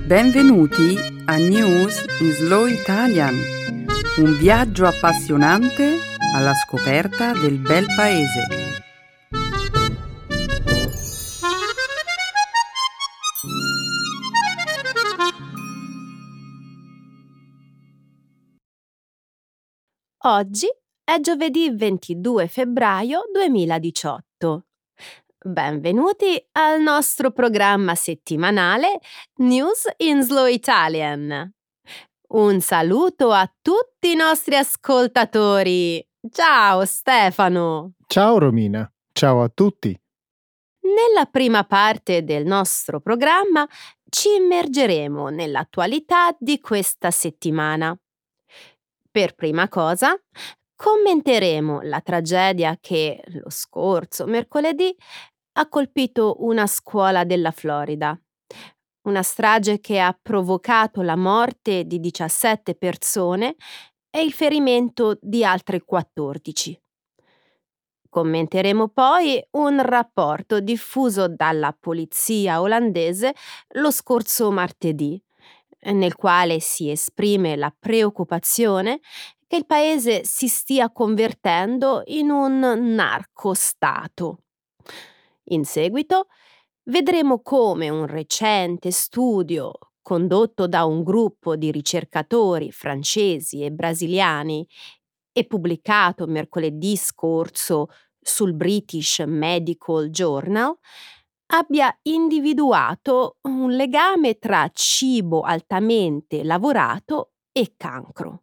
Benvenuti a News in Slow Italian, un viaggio appassionante alla scoperta del bel paese. Oggi è giovedì 22 febbraio 2018. Benvenuti al nostro programma settimanale News in Slow Italian. Un saluto a tutti i nostri ascoltatori. Ciao Stefano! Ciao Romina, ciao a tutti. Nella prima parte del nostro programma ci immergeremo nell'attualità di questa settimana. Per prima cosa, commenteremo la tragedia che lo scorso mercoledì ha colpito una scuola della Florida. Una strage che ha provocato la morte di 17 persone e il ferimento di altre 14. Commenteremo poi un rapporto diffuso dalla polizia olandese lo scorso martedì, nel quale si esprime la preoccupazione che il paese si stia convertendo in un narcostato. In seguito vedremo come un recente studio condotto da un gruppo di ricercatori francesi e brasiliani e pubblicato mercoledì scorso sul British Medical Journal abbia individuato un legame tra cibo altamente lavorato e cancro.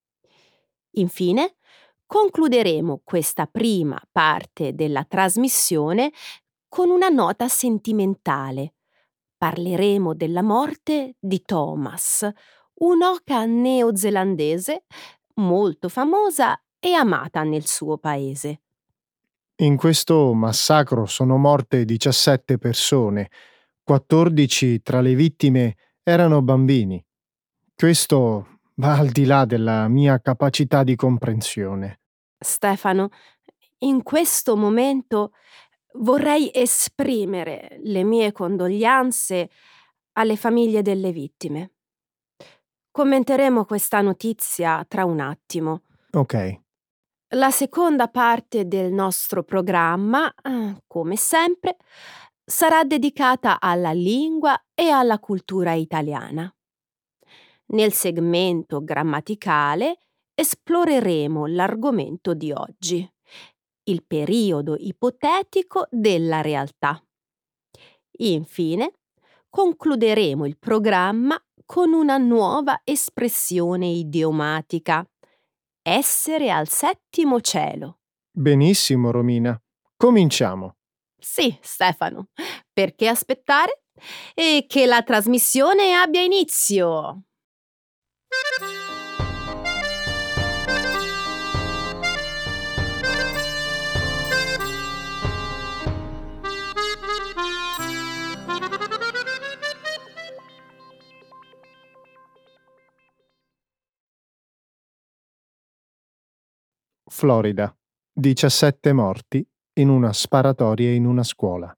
Infine, concluderemo questa prima parte della trasmissione con una nota sentimentale. Parleremo della morte di Thomas, un'oca neozelandese molto famosa e amata nel suo paese. In questo massacro sono morte 17 persone, 14 tra le vittime erano bambini. Questo va al di là della mia capacità di comprensione. Stefano, in questo momento vorrei esprimere le mie condoglianze alle famiglie delle vittime. Commenteremo questa notizia tra un attimo. Ok, La seconda parte del nostro programma, come sempre, sarà dedicata alla lingua e alla cultura italiana. Nel segmento grammaticale esploreremo l'argomento di oggi, il periodo ipotetico della realtà. Infine, concluderemo il programma con una nuova espressione idiomatica: essere al settimo cielo. benissimo Romina. Cominciamo. Sì, Stefano, perché aspettare? E che la trasmissione abbia inizio! Florida. 17 morti in una sparatoria in una scuola.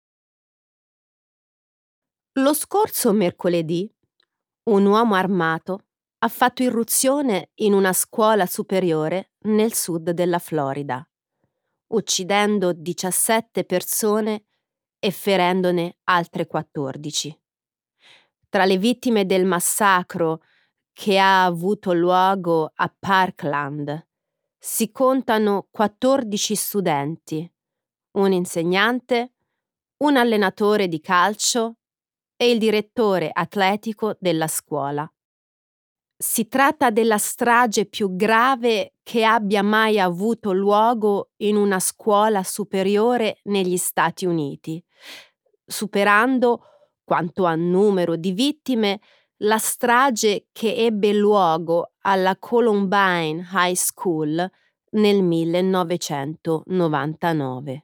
Lo scorso mercoledì, un uomo armato ha fatto irruzione in una scuola superiore nel sud della Florida, uccidendo 17 persone e ferendone altre 14. Tra le vittime del massacro che ha avuto luogo a Parkland si contano 14 studenti, un insegnante, un allenatore di calcio e il direttore atletico della scuola. Si tratta della strage più grave che abbia mai avuto luogo in una scuola superiore negli Stati Uniti, superando, quanto a numero di vittime, la strage che ebbe luogo alla Columbine High School nel 1999.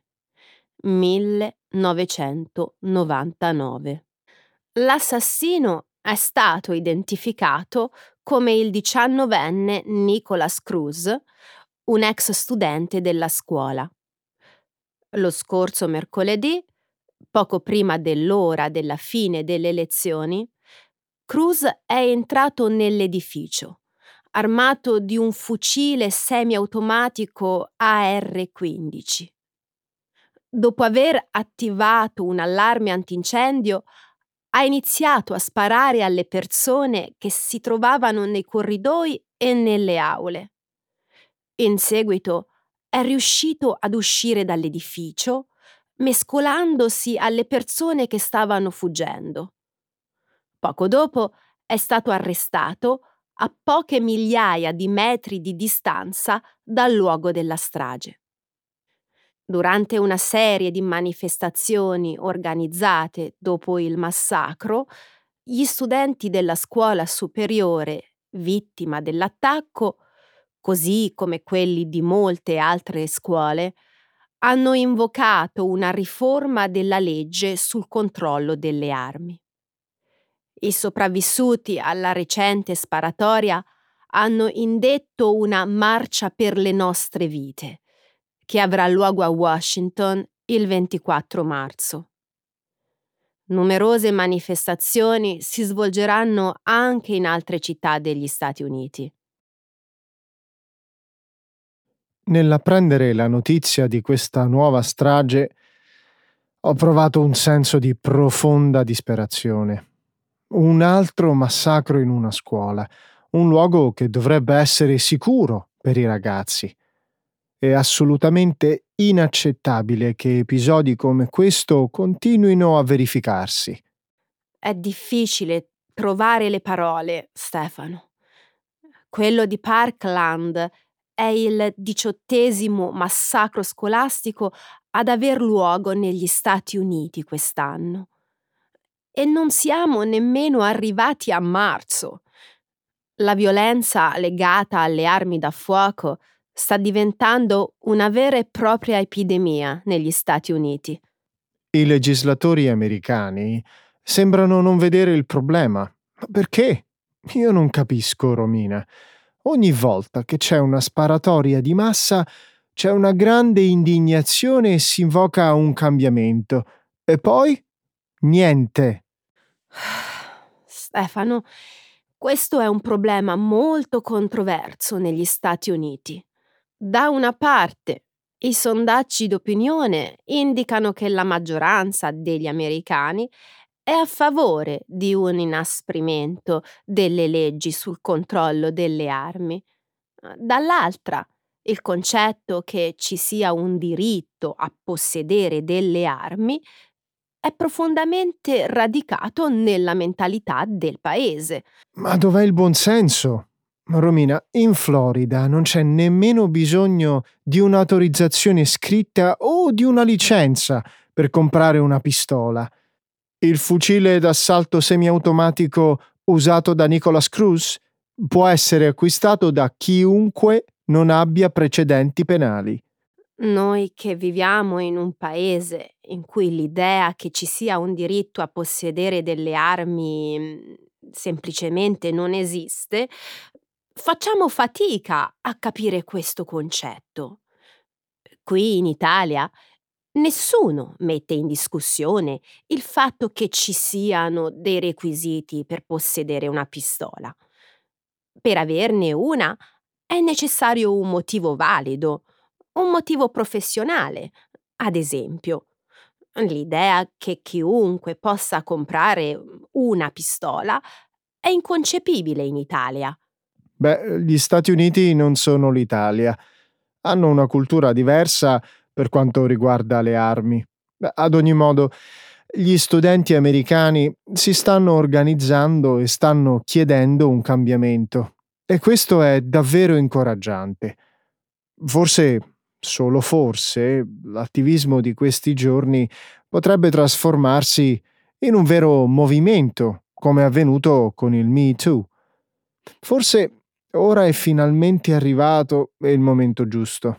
1999. L'assassino è stato identificato come il 19enne Nicholas Cruz, un ex studente della scuola. Lo scorso mercoledì, poco prima dell'ora della fine delle elezioni, Cruz è entrato nell'edificio, armato di un fucile semiautomatico AR-15. Dopo aver attivato un allarme antincendio, ha iniziato a sparare alle persone che si trovavano nei corridoi e nelle aule. In seguito è riuscito ad uscire dall'edificio, mescolandosi alle persone che stavano fuggendo. Poco dopo è stato arrestato a poche migliaia di metri di distanza dal luogo della strage. Durante una serie di manifestazioni organizzate dopo il massacro, gli studenti della scuola superiore vittima dell'attacco, così come quelli di molte altre scuole, hanno invocato una riforma della legge sul controllo delle armi. I sopravvissuti alla recente sparatoria hanno indetto una marcia per le nostre vite, che avrà luogo a Washington il 24 marzo. Numerose manifestazioni si svolgeranno anche in altre città degli Stati Uniti. Nell'apprendere la notizia di questa nuova strage, ho provato un senso di profonda disperazione. Un altro massacro in una scuola, un luogo che dovrebbe essere sicuro per i ragazzi. È assolutamente inaccettabile che episodi come questo continuino a verificarsi. È difficile trovare le parole, Stefano. Quello di Parkland è il 18° massacro scolastico ad aver luogo negli Stati Uniti quest'anno. E non siamo nemmeno arrivati a marzo. La violenza legata alle armi da fuoco sta diventando una vera e propria epidemia negli Stati Uniti. I legislatori americani sembrano non vedere il problema. Ma perché? Io non capisco, Romina. Ogni volta che c'è una sparatoria di massa, c'è una grande indignazione e si invoca un cambiamento. E poi? Niente. Stefano, questo è un problema molto controverso negli Stati Uniti. Da una parte, i sondaggi d'opinione indicano che la maggioranza degli americani è a favore di un inasprimento delle leggi sul controllo delle armi. Dall'altra, il concetto che ci sia un diritto a possedere delle armi è profondamente radicato nella mentalità del paese. Ma dov'è il buonsenso? Romina, in Florida non c'è nemmeno bisogno di un'autorizzazione scritta o di una licenza per comprare una pistola. Il fucile d'assalto semiautomatico usato da Nicholas Cruz può essere acquistato da chiunque non abbia precedenti penali. Noi che viviamo in un paese in cui l'idea che ci sia un diritto a possedere delle armi semplicemente non esiste, facciamo fatica a capire questo concetto. Qui in Italia nessuno mette in discussione il fatto che ci siano dei requisiti per possedere una pistola. Per averne una è necessario un motivo valido, un motivo professionale, ad esempio. L'idea che chiunque possa comprare una pistola è inconcepibile in Italia. Beh, gli Stati Uniti non sono l'Italia. Hanno una cultura diversa per quanto riguarda le armi. Beh, ad ogni modo, gli studenti americani si stanno organizzando e stanno chiedendo un cambiamento. E questo è davvero incoraggiante. Forse, solo forse, l'attivismo di questi giorni potrebbe trasformarsi in un vero movimento, come è avvenuto con il Me Too. Forse ora è finalmente arrivato il momento giusto.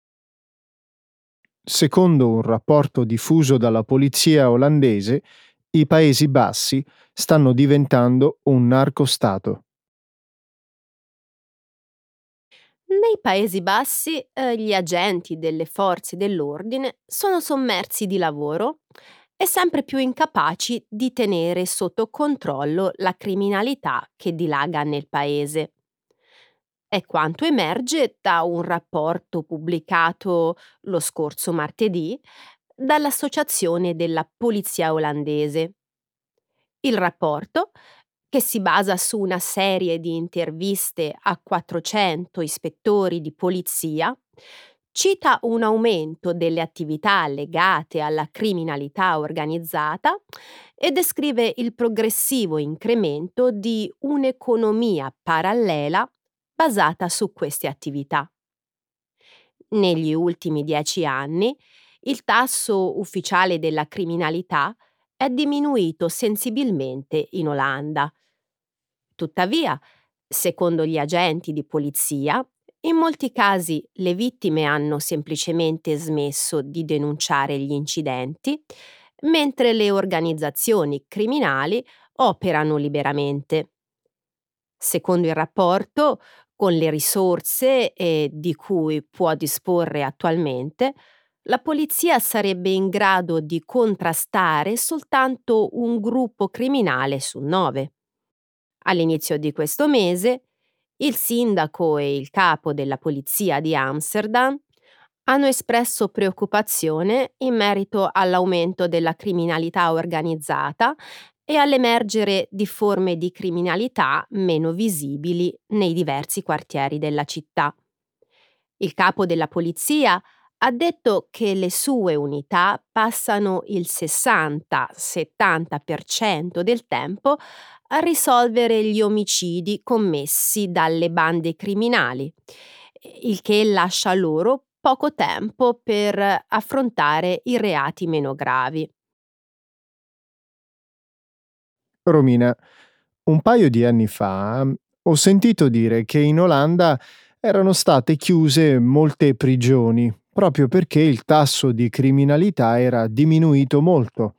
Secondo un rapporto diffuso dalla polizia olandese, I Paesi Bassi stanno diventando un narcostato. Nei Paesi Bassi, gli agenti delle forze dell'ordine sono sommersi di lavoro e sempre più incapaci di tenere sotto controllo la criminalità che dilaga nel paese. È quanto emerge da un rapporto pubblicato lo scorso martedì dall'Associazione della Polizia Olandese. Il rapporto, che si basa su una serie di interviste a 400 ispettori di polizia, cita un aumento delle attività legate alla criminalità organizzata e descrive il progressivo incremento di un'economia parallela basata su queste attività. Negli ultimi 10 anni il tasso ufficiale della criminalità è diminuito sensibilmente in Olanda. Tuttavia, secondo gli agenti di polizia, in molti casi le vittime hanno semplicemente smesso di denunciare gli incidenti, mentre le organizzazioni criminali operano liberamente. Secondo il rapporto, con le risorse di cui può disporre attualmente, la polizia sarebbe in grado di contrastare soltanto un gruppo criminale su 9. All'inizio di questo mese, il sindaco e il capo della polizia di Amsterdam hanno espresso preoccupazione in merito all'aumento della criminalità organizzata e all'emergere di forme di criminalità meno visibili nei diversi quartieri della città. Il capo della polizia ha detto che le sue unità passano il 60-70% del tempo a risolvere gli omicidi commessi dalle bande criminali, il che lascia loro poco tempo per affrontare i reati meno gravi. Romina, un paio di anni fa ho sentito dire che in Olanda erano state chiuse molte prigioni proprio perché il tasso di criminalità era diminuito molto.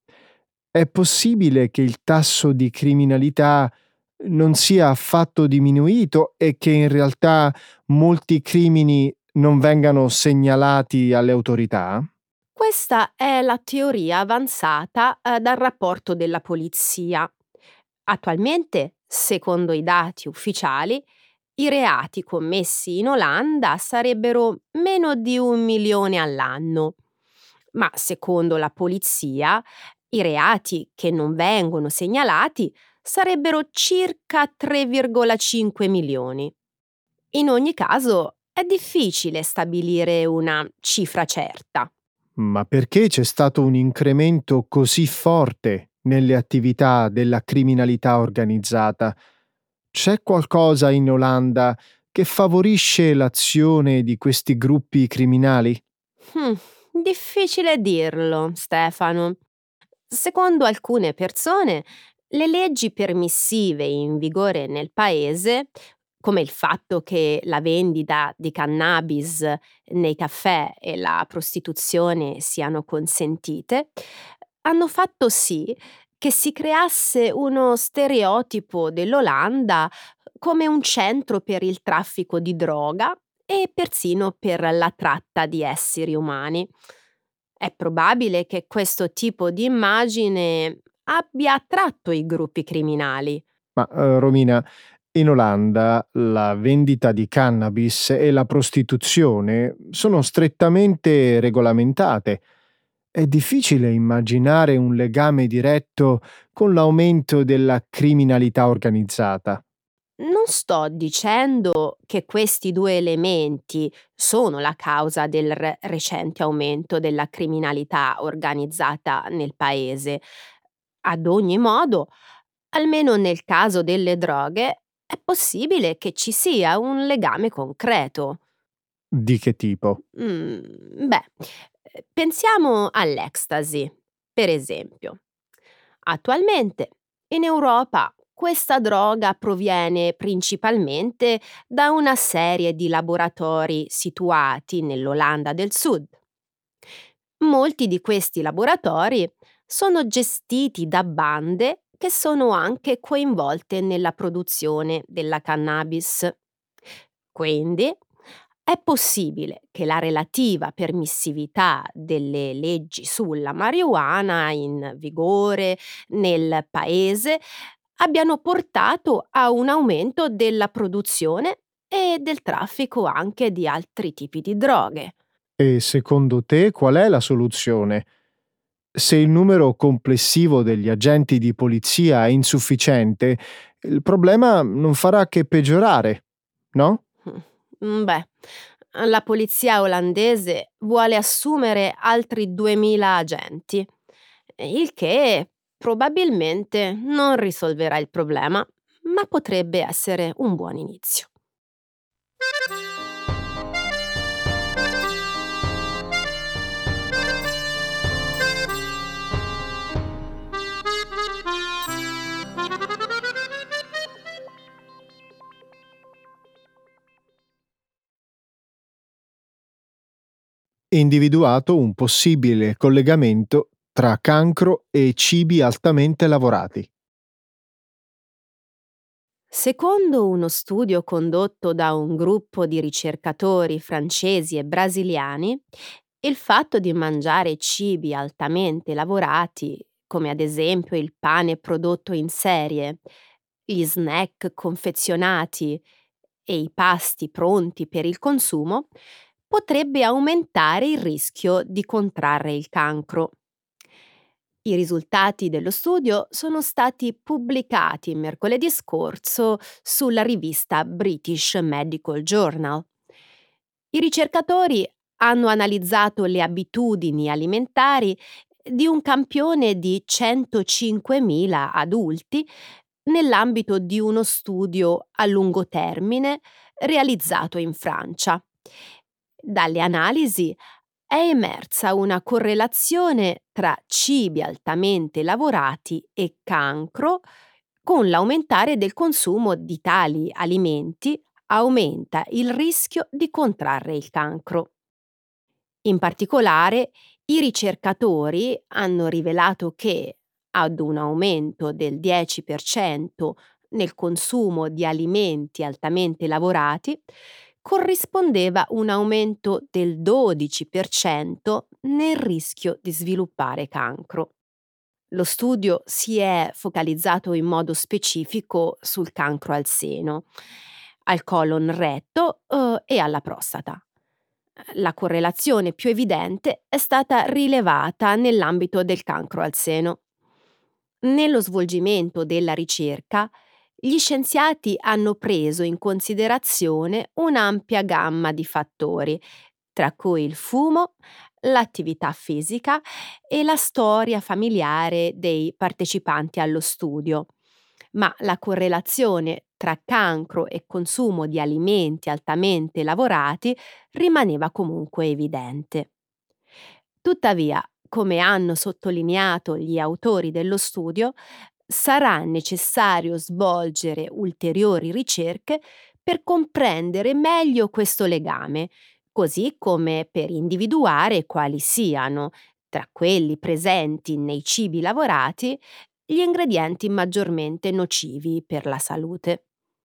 È possibile che il tasso di criminalità non sia affatto diminuito e che in realtà molti crimini non vengano segnalati alle autorità? Questa è la teoria avanzata dal rapporto della polizia. Attualmente, secondo i dati ufficiali, i reati commessi in Olanda sarebbero meno di 1 milione all'anno. Ma secondo la polizia, i reati che non vengono segnalati sarebbero circa 3,5 milioni. In ogni caso, è difficile stabilire una cifra certa. Ma perché c'è stato un incremento così forte nelle attività della criminalità organizzata? C'è qualcosa in Olanda che favorisce l'azione di questi gruppi criminali? Hmm, difficile dirlo, Stefano. Secondo alcune persone, le leggi permissive in vigore nel paese, come il fatto che la vendita di cannabis nei caffè e la prostituzione siano consentite, hanno fatto sì che si creasse uno stereotipo dell'Olanda come un centro per il traffico di droga e persino per la tratta di esseri umani. È probabile che questo tipo di immagine abbia attratto i gruppi criminali. Ma Romina, in Olanda la vendita di cannabis e la prostituzione sono strettamente regolamentate. È difficile immaginare un legame diretto con l'aumento della criminalità organizzata. Non sto dicendo che questi due elementi sono la causa del recente aumento della criminalità organizzata nel paese. Ad ogni modo, almeno nel caso delle droghe, è possibile che ci sia un legame concreto. Di che tipo? Pensiamo all'ecstasy, per esempio. Attualmente, in Europa, questa droga proviene principalmente da una serie di laboratori situati nell'Olanda del Sud. Molti di questi laboratori sono gestiti da bande che sono anche coinvolte nella produzione della cannabis. Quindi è possibile che la relativa permissività delle leggi sulla marijuana in vigore nel paese abbiano portato a un aumento della produzione e del traffico anche di altri tipi di droghe. E secondo te qual è la soluzione? Se il numero complessivo degli agenti di polizia è insufficiente, il problema non farà che peggiorare, no? Beh, la polizia olandese vuole assumere altri 2000 agenti, il che probabilmente non risolverà il problema, ma potrebbe essere un buon inizio. Individuato un possibile collegamento tra cancro e cibi altamente lavorati. Secondo uno studio condotto da un gruppo di ricercatori francesi e brasiliani, il fatto di mangiare cibi altamente lavorati, come ad esempio il pane prodotto in serie, gli snack confezionati e i pasti pronti per il consumo, potrebbe aumentare il rischio di contrarre il cancro. I risultati dello studio sono stati pubblicati mercoledì scorso sulla rivista British Medical Journal. I ricercatori hanno analizzato le abitudini alimentari di un campione di 105.000 adulti nell'ambito di uno studio a lungo termine realizzato in Francia. Dalle analisi è emersa una correlazione tra cibi altamente lavorati e cancro, con l'aumentare del consumo di tali alimenti aumenta il rischio di contrarre il cancro. In particolare, i ricercatori hanno rivelato che ad un aumento del 10% nel consumo di alimenti altamente lavorati corrispondeva un aumento del 12% nel rischio di sviluppare cancro. Lo studio si è focalizzato in modo specifico sul cancro al seno, al colon retto e alla prostata. La correlazione più evidente è stata rilevata nell'ambito del cancro al seno. Nello svolgimento della ricerca, gli scienziati hanno preso in considerazione un'ampia gamma di fattori, tra cui il fumo, l'attività fisica e la storia familiare dei partecipanti allo studio. Ma la correlazione tra cancro e consumo di alimenti altamente lavorati rimaneva comunque evidente. Tuttavia, come hanno sottolineato gli autori dello studio, sarà necessario svolgere ulteriori ricerche per comprendere meglio questo legame, così come per individuare quali siano, tra quelli presenti nei cibi lavorati, gli ingredienti maggiormente nocivi per la salute.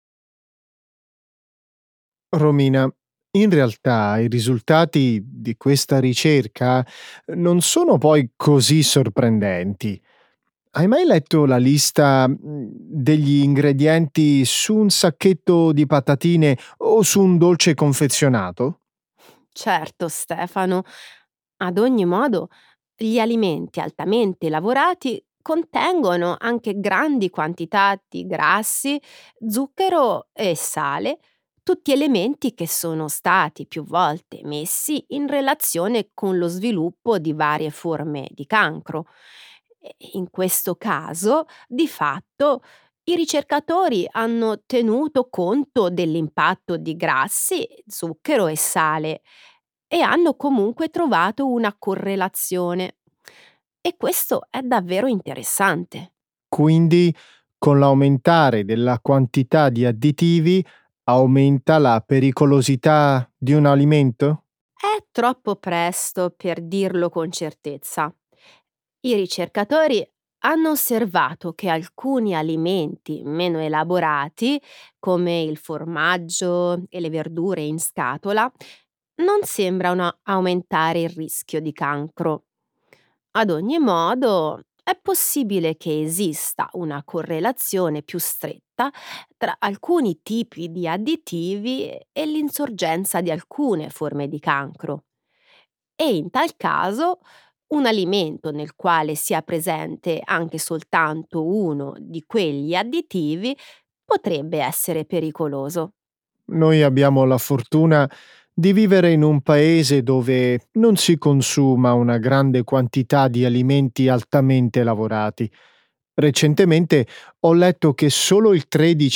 Romina, in realtà i risultati di questa ricerca non sono poi così sorprendenti. Hai mai letto la lista degli ingredienti su un sacchetto di patatine o su un dolce confezionato? Certo, Stefano. Ad ogni modo, gli alimenti altamente lavorati contengono anche grandi quantità di grassi, zucchero e sale, tutti elementi che sono stati più volte messi in relazione con lo sviluppo di varie forme di cancro. E in questo caso, di fatto, i ricercatori hanno tenuto conto dell'impatto di grassi, zucchero e sale e hanno comunque trovato una correlazione. E questo è davvero interessante. Quindi, con l'aumentare della quantità di additivi, aumenta la pericolosità di un alimento? È troppo presto per dirlo con certezza. I ricercatori hanno osservato che alcuni alimenti meno elaborati, come il formaggio e le verdure in scatola, non sembrano aumentare il rischio di cancro. Ad ogni modo, è possibile che esista una correlazione più stretta tra alcuni tipi di additivi e l'insorgenza di alcune forme di cancro. E in tal caso, un alimento nel quale sia presente anche soltanto uno di quegli additivi potrebbe essere pericoloso. Noi abbiamo la fortuna di vivere in un paese dove non si consuma una grande quantità di alimenti altamente lavorati. Recentemente ho letto che solo il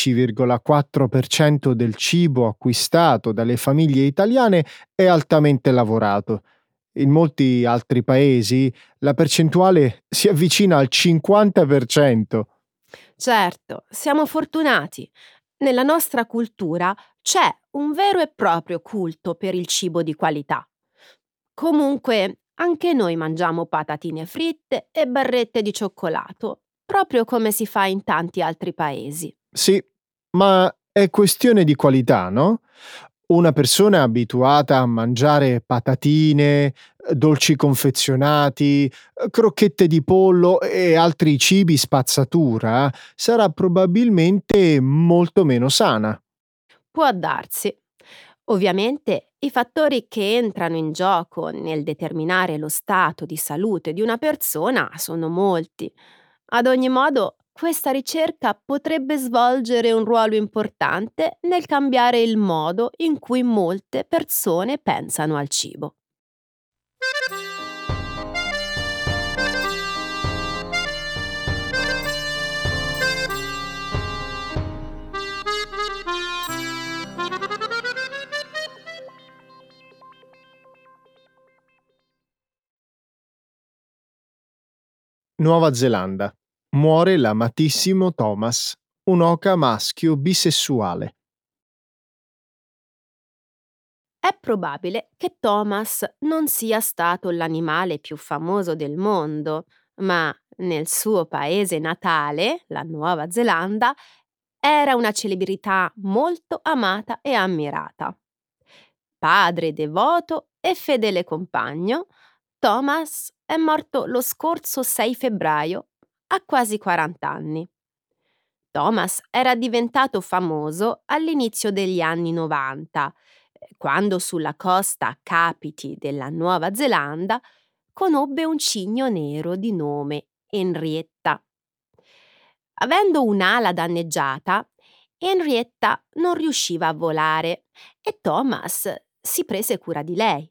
13,4% del cibo acquistato dalle famiglie italiane è altamente lavorato. In molti altri paesi la percentuale si avvicina al 50%. Certo, siamo fortunati. Nella nostra cultura c'è un vero e proprio culto per il cibo di qualità. Comunque, anche noi mangiamo patatine fritte e barrette di cioccolato, proprio come si fa in tanti altri paesi. Sì, ma è questione di qualità, no? Una persona abituata a mangiare patatine, dolci confezionati, crocchette di pollo e altri cibi spazzatura sarà probabilmente molto meno sana. Può darsi. Ovviamente i fattori che entrano in gioco nel determinare lo stato di salute di una persona sono molti. Ad ogni modo, questa ricerca potrebbe svolgere un ruolo importante nel cambiare il modo in cui molte persone pensano al cibo. Nuova Zelanda. Muore l'amatissimo Thomas, un oca maschio bisessuale. È probabile che Thomas non sia stato l'animale più famoso del mondo, ma nel suo paese natale, la Nuova Zelanda, era una celebrità molto amata e ammirata. Padre devoto e fedele compagno, Thomas è morto lo scorso 6 febbraio, a quasi 40 anni. Thomas era diventato famoso all'inizio degli anni 90, quando sulla costa Kapiti della Nuova Zelanda conobbe un cigno nero di nome Henrietta. Avendo un'ala danneggiata, Henrietta non riusciva a volare e Thomas si prese cura di lei.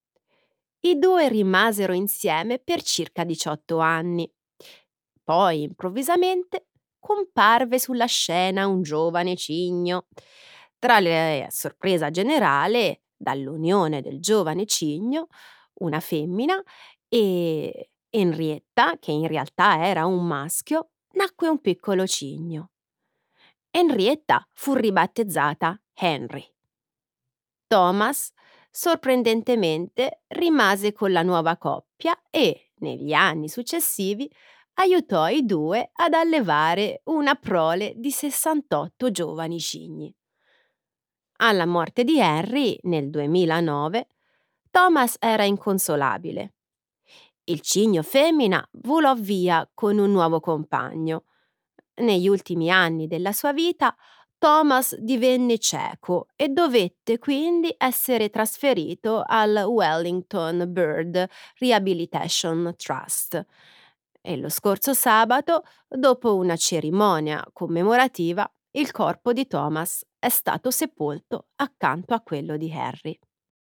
I due rimasero insieme per circa 18 anni. Poi, improvvisamente, comparve sulla scena un giovane cigno. Tra la sorpresa generale, dall'unione del giovane cigno, una femmina, e Henrietta, che in realtà era un maschio, nacque un piccolo cigno. Henrietta fu ribattezzata Henry. Thomas, sorprendentemente, rimase con la nuova coppia e, negli anni successivi, aiutò i due ad allevare una prole di 68 giovani cigni. Alla morte di Henry, nel 2009, Thomas era inconsolabile. Il cigno femmina volò via con un nuovo compagno. Negli ultimi anni della sua vita, Thomas divenne cieco e dovette quindi essere trasferito al Wellington Bird Rehabilitation Trust. E lo scorso sabato, dopo una cerimonia commemorativa, il corpo di Thomas è stato sepolto accanto a quello di Harry.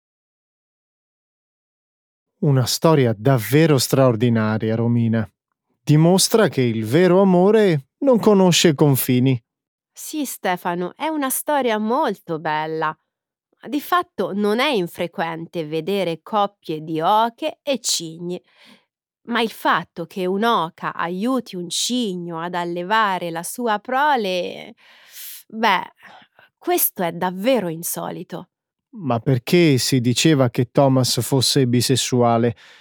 Una storia davvero straordinaria, Romina. Dimostra che il vero amore non conosce confini. Sì, Stefano, è una storia molto bella. Di fatto non è infrequente vedere coppie di oche e cigni, ma il fatto che un'oca aiuti un cigno ad allevare la sua prole, beh, questo è davvero insolito. Ma perché si diceva che Thomas fosse bisessuale?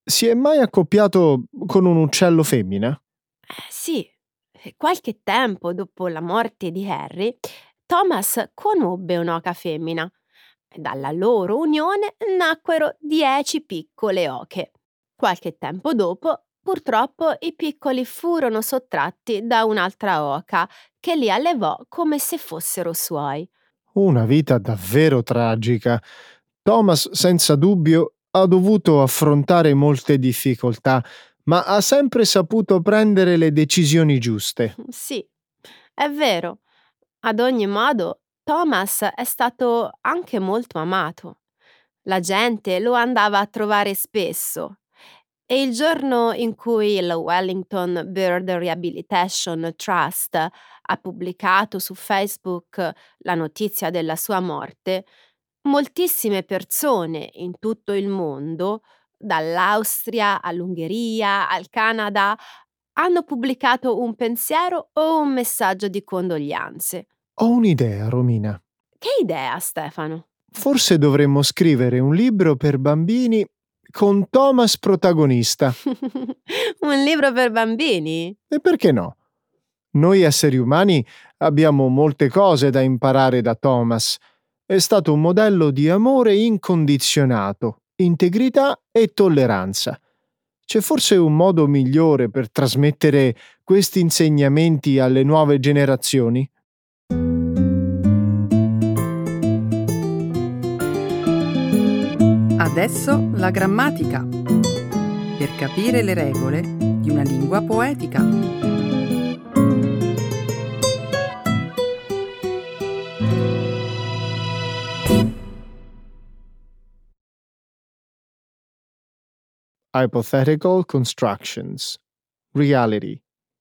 Si è mai accoppiato con un uccello femmina? Sì, qualche tempo dopo la morte di Harry, Thomas conobbe un'oca femmina. Dalla loro unione nacquero 10 piccole oche. Qualche tempo dopo, purtroppo, i piccoli furono sottratti da un'altra oca che li allevò come se fossero suoi. Una vita davvero tragica. Thomas, senza dubbio, ha dovuto affrontare molte difficoltà, ma ha sempre saputo prendere le decisioni giuste. Sì, è vero. Ad ogni modo, Thomas è stato anche molto amato. La gente lo andava a trovare spesso. E il giorno in cui il Wellington Bird Rehabilitation Trust ha pubblicato su Facebook la notizia della sua morte, moltissime persone in tutto il mondo, dall'Austria all'Ungheria al Canada, hanno pubblicato un pensiero o un messaggio di condoglianze. Ho un'idea, Romina. Che idea, Stefano? Forse dovremmo scrivere un libro per bambini con Thomas protagonista. Un libro per bambini? E perché no? Noi esseri umani abbiamo molte cose da imparare da Thomas. È stato un modello di amore incondizionato, integrità e tolleranza. C'è forse un modo migliore per trasmettere questi insegnamenti alle nuove generazioni? Adesso la grammatica. Per capire le regole di una lingua poetica. Hypothetical constructions. Reality.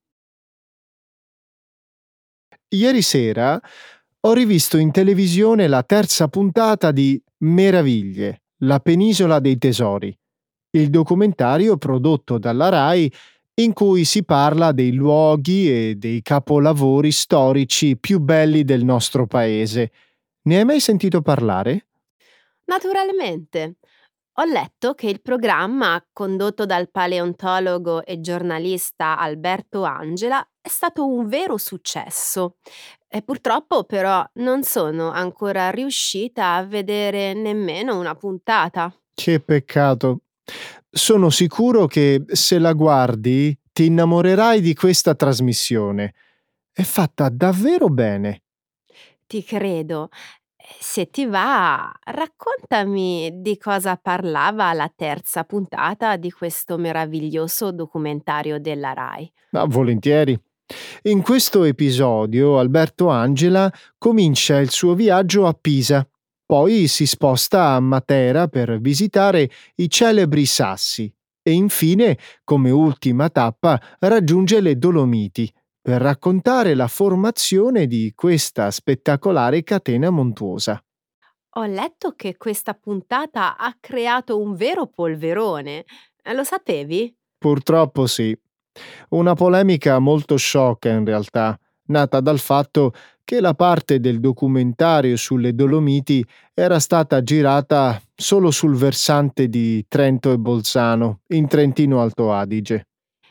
Ieri sera ho rivisto in televisione la terza puntata di Meraviglie, la penisola dei tesori, il documentario prodotto dalla Rai in cui si parla dei luoghi e dei capolavori storici più belli del nostro paese. Ne hai mai sentito parlare? Naturalmente. Ho letto che il programma, condotto dal paleontologo e giornalista Alberto Angela, è stato un vero successo. E purtroppo però non sono ancora riuscita a vedere nemmeno una puntata. Che peccato. Sono sicuro che se la guardi ti innamorerai di questa trasmissione. È fatta davvero bene. Ti credo. Se ti va, raccontami di cosa parlava la terza puntata di questo meraviglioso documentario della Rai. Ma volentieri. In questo episodio Alberto Angela comincia il suo viaggio a Pisa, poi si sposta a Matera per visitare i celebri Sassi e infine, come ultima tappa, raggiunge le Dolomiti per raccontare la formazione di questa spettacolare catena montuosa. Ho letto che questa puntata ha creato un vero polverone. Lo sapevi? Purtroppo sì. Una polemica molto sciocca in realtà, nata dal fatto che la parte del documentario sulle Dolomiti era stata girata solo sul versante di Trento e Bolzano, in Trentino Alto Adige.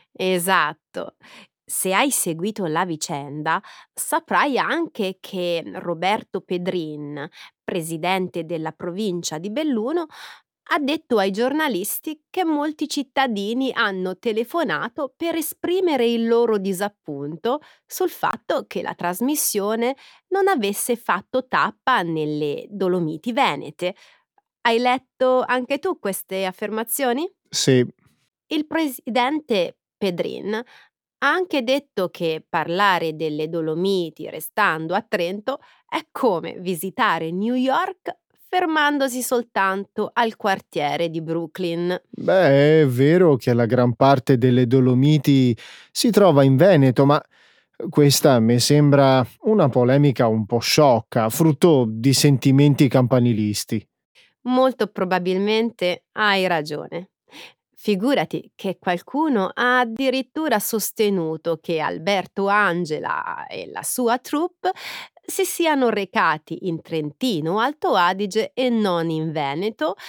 Esatto. Se hai seguito la vicenda, saprai anche che Roberto Pedrin, presidente della provincia di Belluno, ha detto ai giornalisti che molti cittadini hanno telefonato per esprimere il loro disappunto sul fatto che la trasmissione non avesse fatto tappa nelle Dolomiti Venete. Hai letto anche tu queste affermazioni? Sì, Il presidente Pedrin ha anche detto che parlare delle Dolomiti restando a Trento è come visitare New York fermandosi soltanto al quartiere di Brooklyn. beh, è vero che la gran parte delle Dolomiti si trova in Veneto, ma questa mi sembra una polemica un po' sciocca, frutto di sentimenti campanilisti. Molto probabilmente hai ragione. Figurati che qualcuno ha addirittura sostenuto che Alberto Angela e la sua troupe si siano recati in Trentino Alto Adige e non in Veneto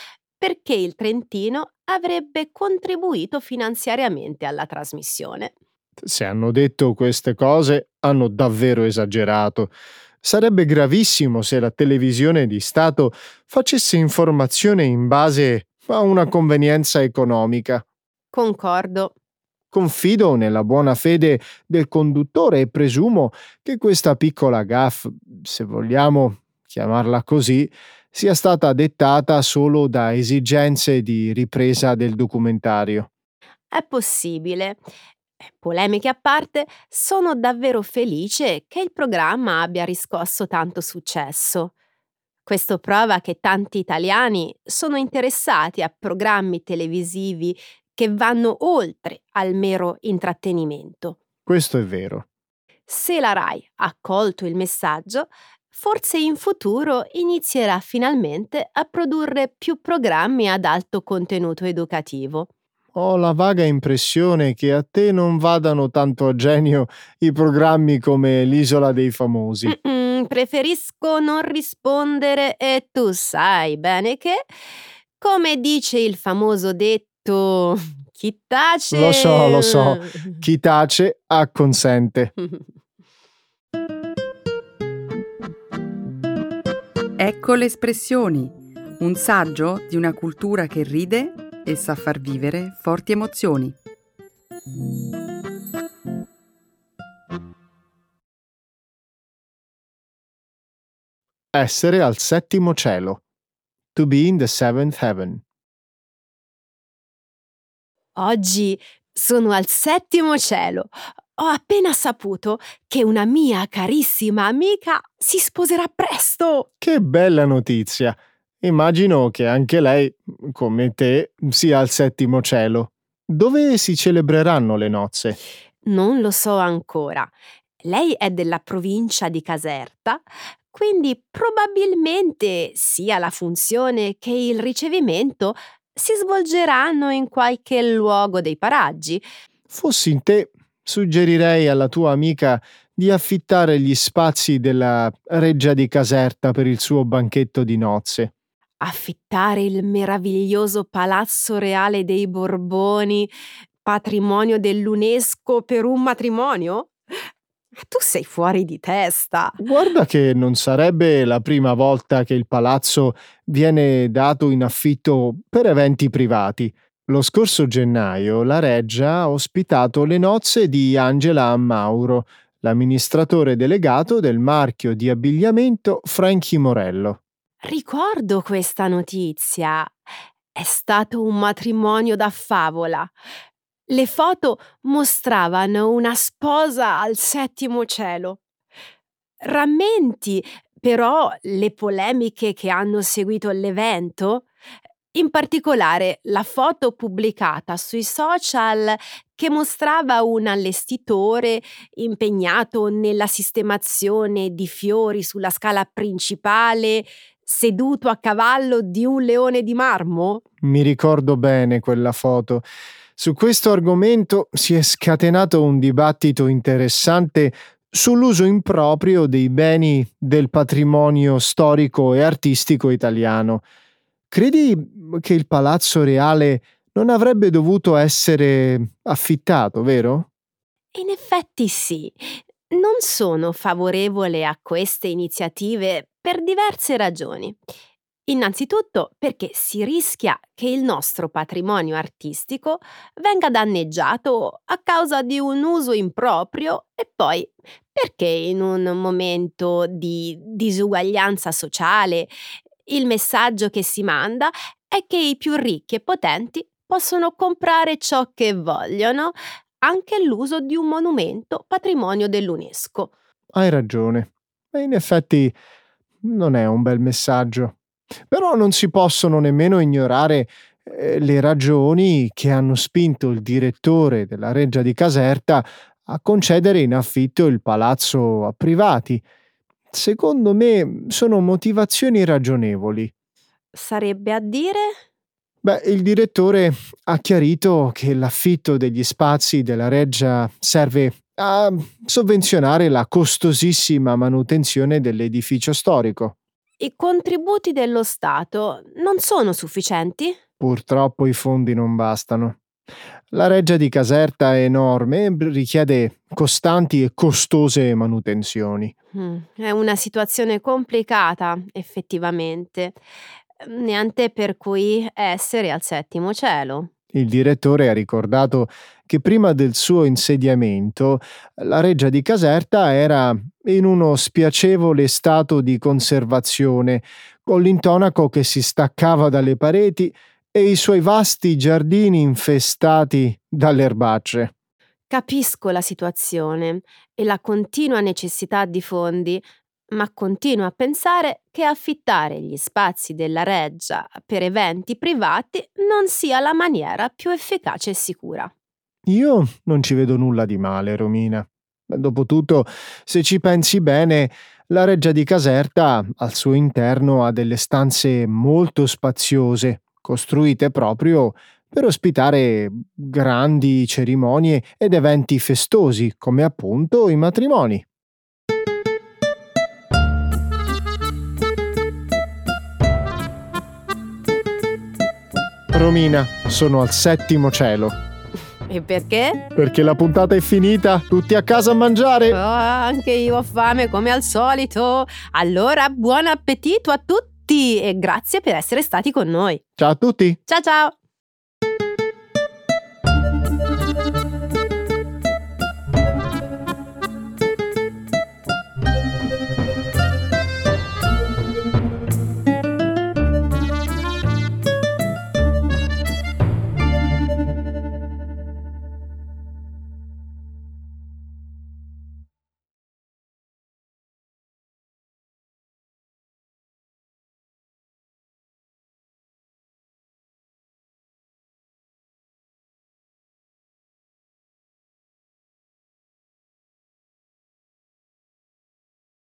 perché il Trentino avrebbe contribuito finanziariamente alla trasmissione. Se hanno detto queste cose, hanno davvero esagerato. Sarebbe gravissimo se la televisione di Stato facesse informazione in base a una convenienza economica. Concordo. Confido nella buona fede del conduttore e presumo che questa piccola gaffe, se vogliamo chiamarla così, sia stata dettata solo da esigenze di ripresa del documentario. È possibile. Polemiche a parte, sono davvero felice che il programma abbia riscosso tanto successo. Questo prova che tanti italiani sono interessati a programmi televisivi che vanno oltre al mero intrattenimento. Questo è vero. Se la RAI ha colto il messaggio, forse in futuro inizierà finalmente a produrre più programmi ad alto contenuto educativo. Ho la vaga impressione che a te non vadano tanto a genio i programmi come l'Isola dei Famosi. Preferisco non rispondere e tu sai bene che, come dice il famoso detto, chi tace... Lo so, chi tace acconsente. Ecco le espressioni, un saggio di una cultura che ride e sa far vivere forti emozioni. Essere al settimo cielo. To be in the seventh heaven. Oggi sono al settimo cielo. Ho appena saputo che una mia carissima amica si sposerà presto. Che bella notizia! Immagino che anche lei, come te, sia al settimo cielo. Dove si celebreranno le nozze? Non lo so ancora. Lei è della provincia di Caserta, quindi probabilmente sia la funzione che il ricevimento si svolgeranno in qualche luogo dei paraggi. Fossi in te, suggerirei alla tua amica di affittare gli spazi della Reggia di Caserta per il suo banchetto di nozze. Affittare il meraviglioso Palazzo Reale dei Borboni, patrimonio dell'UNESCO per un matrimonio? Tu sei fuori di testa. Guarda che non sarebbe la prima volta che il palazzo viene dato in affitto per eventi privati. Lo scorso gennaio la Reggia ha ospitato le nozze di Angela Mauro, l'amministratore delegato del marchio di abbigliamento Franchi Morello. Ricordo questa notizia. È stato un matrimonio da favola. Le foto mostravano una sposa al settimo cielo. Rammenti però le polemiche che hanno seguito l'evento? In particolare la foto pubblicata sui social che mostrava un allestitore impegnato nella sistemazione di fiori sulla scala principale, seduto a cavallo di un leone di marmo? Mi ricordo bene quella foto. Su questo argomento si è scatenato un dibattito interessante sull'uso improprio dei beni del patrimonio storico e artistico italiano. Credi che il Palazzo Reale non avrebbe dovuto essere affittato, vero? In effetti sì. Non sono favorevole a queste iniziative per diverse ragioni. Innanzitutto perché si rischia che il nostro patrimonio artistico venga danneggiato a causa di un uso improprio e poi perché in un momento di disuguaglianza sociale il messaggio che si manda è che i più ricchi e potenti possono comprare ciò che vogliono, anche l'uso di un monumento patrimonio dell'UNESCO. Hai ragione. E in effetti non è un bel messaggio. Però non si possono nemmeno ignorare le ragioni che hanno spinto il direttore della Reggia di Caserta a concedere in affitto il palazzo a privati. Secondo me sono motivazioni ragionevoli. Sarebbe a dire? Beh, il direttore ha chiarito che l'affitto degli spazi della Reggia serve a sovvenzionare la costosissima manutenzione dell'edificio storico. I contributi dello Stato non sono sufficienti? Purtroppo i fondi non bastano. La reggia di Caserta è enorme e richiede costanti e costose manutenzioni. È una situazione complicata, effettivamente. Neanche per cui essere al settimo cielo. Il direttore ha ricordato che prima del suo insediamento la reggia di Caserta era in uno spiacevole stato di conservazione, con l'intonaco che si staccava dalle pareti e i suoi vasti giardini infestati dalle erbacce. Capisco la situazione e la continua necessità di fondi, ma continuo a pensare che affittare gli spazi della reggia per eventi privati non sia la maniera più efficace e sicura. Io non ci vedo nulla di male, Romina. Dopotutto, se ci pensi bene, la reggia di Caserta al suo interno ha delle stanze molto spaziose, costruite proprio per ospitare grandi cerimonie ed eventi festosi, come appunto i matrimoni. Romina, sono al settimo cielo. E perché? Perché la puntata è finita, tutti a casa a mangiare! Oh, anche io ho fame come al solito. Allora, buon appetito a tutti e grazie per essere stati con noi. Ciao a tutti! Ciao ciao!